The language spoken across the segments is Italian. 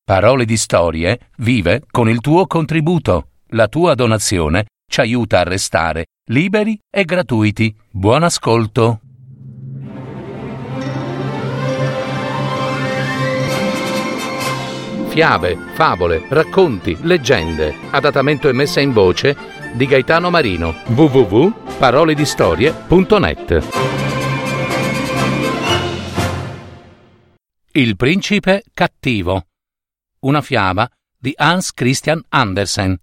Parole di Storie vive con il tuo contributo. La tua donazione ci aiuta a restare liberi e gratuiti. Buon ascolto. Fiabe, favole, racconti, leggende. Adattamento e messa in voce di Gaetano Marino. www.paroledistorie.net. Il principe cattivo. Una fiaba di Hans Christian Andersen.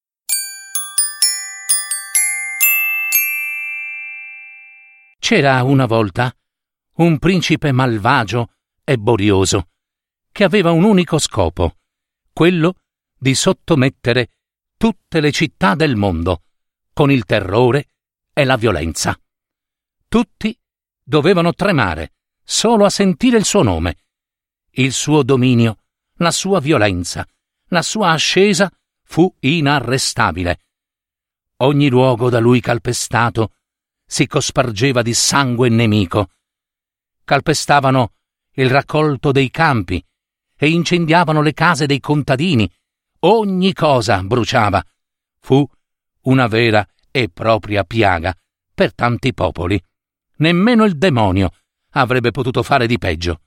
C'era una volta un principe malvagio e borioso che aveva un unico scopo, quello di sottomettere tutte le città del mondo con il terrore e la violenza. Tutti dovevano tremare solo a sentire il suo nome. Il suo dominio, la sua violenza, la sua ascesa fu inarrestabile. Ogni luogo da lui calpestato si cospargeva di sangue nemico. Calpestavano il raccolto dei campi e incendiavano le case dei contadini. Ogni cosa bruciava. Fu una vera e propria piaga per tanti popoli. Nemmeno il demonio avrebbe potuto fare di peggio.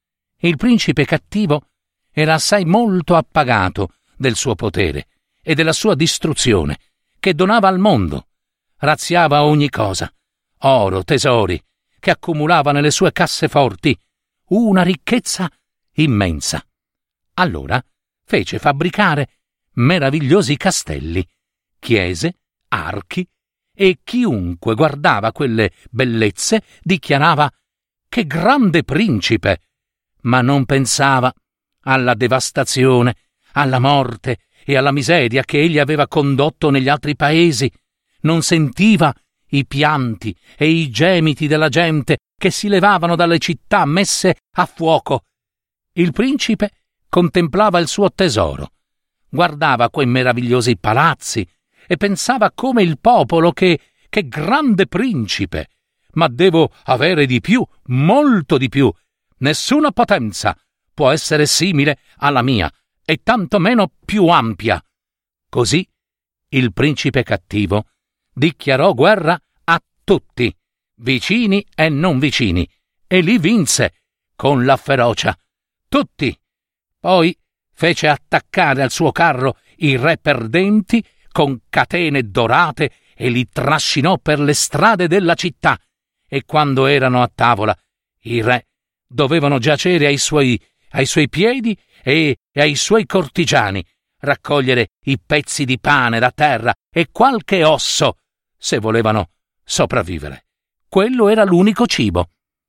Il principe cattivo era assai molto appagato del suo potere e della sua distruzione, che donava al mondo. Razziava ogni cosa, oro, tesori, che accumulava nelle sue casseforti, una ricchezza immensa. Allora fece fabbricare meravigliosi castelli, chiese, archi, e chiunque guardava quelle bellezze dichiarava: «Che grande principe!» Ma non pensava alla devastazione, alla morte e alla miseria che egli aveva condotto negli altri paesi. Non sentiva i pianti e i gemiti della gente che si levavano dalle città messe a fuoco. Il principe contemplava il suo tesoro, guardava quei meravigliosi palazzi e pensava come il popolo che grande principe! Ma devo avere di più, molto di più. Nessuna potenza può essere simile alla mia, e tanto meno più ampia. Così il principe cattivo dichiarò guerra a tutti, vicini e non vicini, e li vinse con la ferocia. Tutti. Poi fece attaccare al suo carro i re perdenti con catene dorate e li trascinò per le strade della città, e quando erano a tavola i re dovevano giacere ai suoi piedi e ai suoi cortigiani, raccogliere i pezzi di pane da terra e qualche osso, se volevano sopravvivere. Quello era l'unico cibo.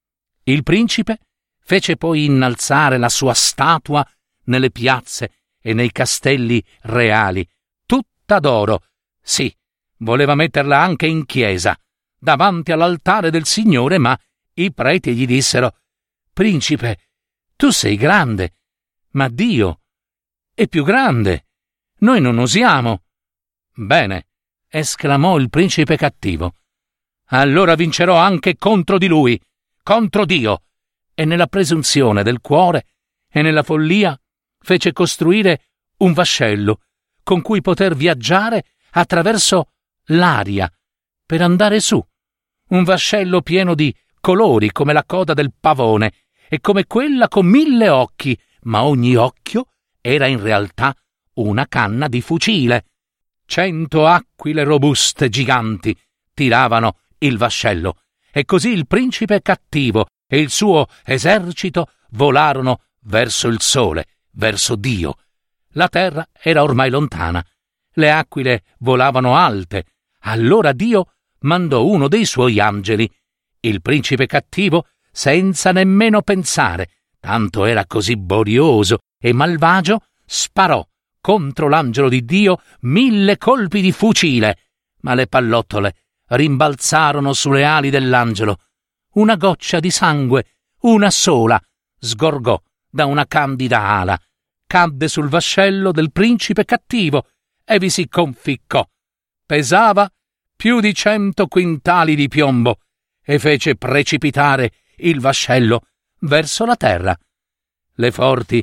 Il principe fece poi innalzare la sua statua nelle piazze e nei castelli reali, tutta d'oro. Sì, voleva metterla anche in chiesa, davanti all'altare del Signore, ma i preti gli dissero: «Principe, tu sei grande, ma Dio è più grande. Noi non osiamo». «Bene», esclamò il principe cattivo, «allora vincerò anche contro di lui, contro Dio». E nella presunzione del cuore e nella follia fece costruire un vascello con cui poter viaggiare attraverso l'aria per andare su. Un vascello pieno di colori come la coda del pavone e come quella con 1000 occhi, ma ogni occhio era in realtà una canna di fucile. 100 aquile robuste giganti tiravano il vascello, e così il principe cattivo e il suo esercito volarono verso il sole, verso Dio. La terra era ormai lontana, le aquile volavano alte. Allora Dio mandò uno dei suoi angeli. Il principe cattivo, senza nemmeno pensare, tanto era così borioso e malvagio, sparò contro l'angelo di Dio 1000 colpi di fucile, ma le pallottole rimbalzarono sulle ali dell'angelo. Una goccia di sangue, una sola, sgorgò da una candida ala, cadde sul vascello del principe cattivo e vi si conficcò. Pesava più di 100 quintali di piombo e fece precipitare il vascello verso la terra. Le forti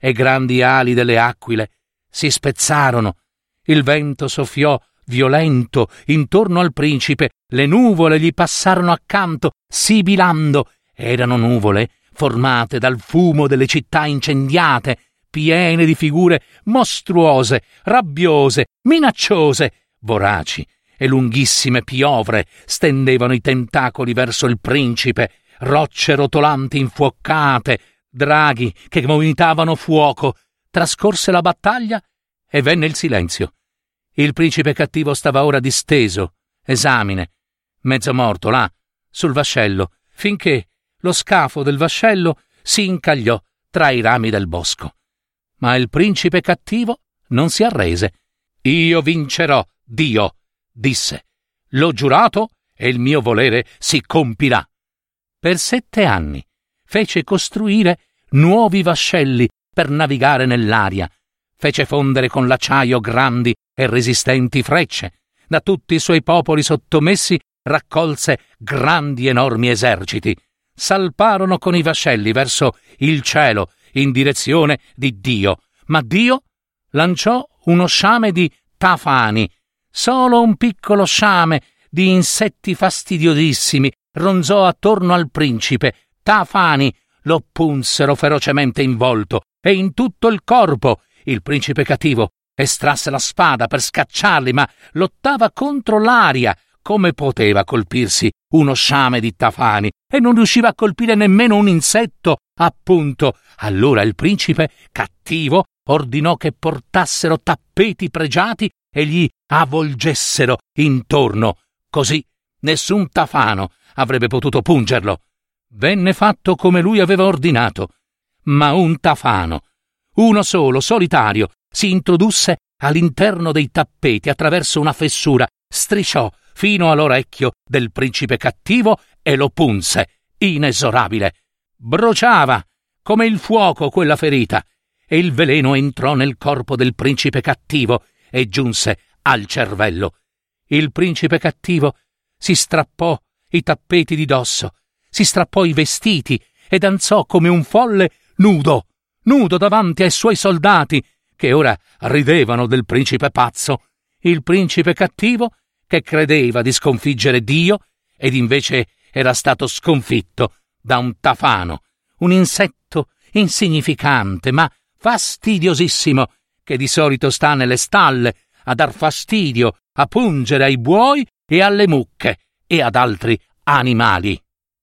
e grandi ali delle aquile si spezzarono. Il vento soffiò violento intorno al principe, le nuvole gli passarono accanto, sibilando. Erano nuvole formate dal fumo delle città incendiate, piene di figure mostruose, rabbiose, minacciose, voraci e lunghissime piovre stendevano i tentacoli verso il principe, rocce rotolanti infuoccate, draghi che vomitavano fuoco. Trascorse la battaglia e venne il silenzio. Il principe cattivo stava ora disteso, esamine, mezzo morto là, sul vascello, finché lo scafo del vascello si incagliò tra i rami del bosco. Ma il principe cattivo non si arrese. «Io vincerò, Dio», disse. «L'ho giurato e il mio volere si compirà». Per 7 anni fece costruire nuovi vascelli per navigare nell'aria. Fece fondere con l'acciaio grandi e resistenti frecce. Da tutti i suoi popoli sottomessi raccolse grandi enormi eserciti. Salparono con i vascelli verso il cielo in direzione di Dio, ma Dio lanciò uno sciame di tafani, solo un piccolo sciame di insetti fastidiosissimi ronzò attorno al principe. Tafani lo punsero ferocemente in volto e in tutto il corpo. Il principe cattivo estrasse la spada per scacciarli, ma lottava contro l'aria. Come poteva colpirsi uno sciame di tafani e non riusciva a colpire nemmeno un insetto, appunto. Allora il principe cattivo ordinò che portassero tappeti pregiati e gli avvolgessero intorno. Così nessun tafano avrebbe potuto pungerlo. Venne fatto come lui aveva ordinato, ma un tafano, uno solo, solitario, si introdusse all'interno dei tappeti attraverso una fessura, strisciò fino all'orecchio del principe cattivo e lo punse, inesorabile. Bruciava come il fuoco quella ferita, e il veleno entrò nel corpo del principe cattivo e giunse al cervello. Il principe cattivo si strappò i tappeti di dosso, si strappò i vestiti e danzò come un folle nudo davanti ai suoi soldati, che ora ridevano del principe pazzo. Il principe cattivo, che credeva di sconfiggere Dio, ed invece era stato sconfitto da un tafano, un insetto insignificante ma fastidiosissimo, che di solito sta nelle stalle a dar fastidio, a pungere ai buoi e alle mucche e ad altri animali.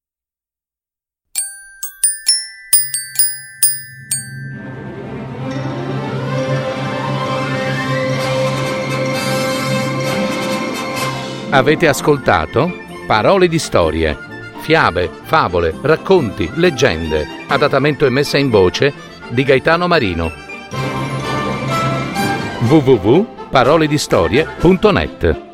Avete ascoltato Parole di storie, fiabe, favole, racconti, leggende, adattamento e messa in voce di Gaetano Marino. www.paroledistorie.net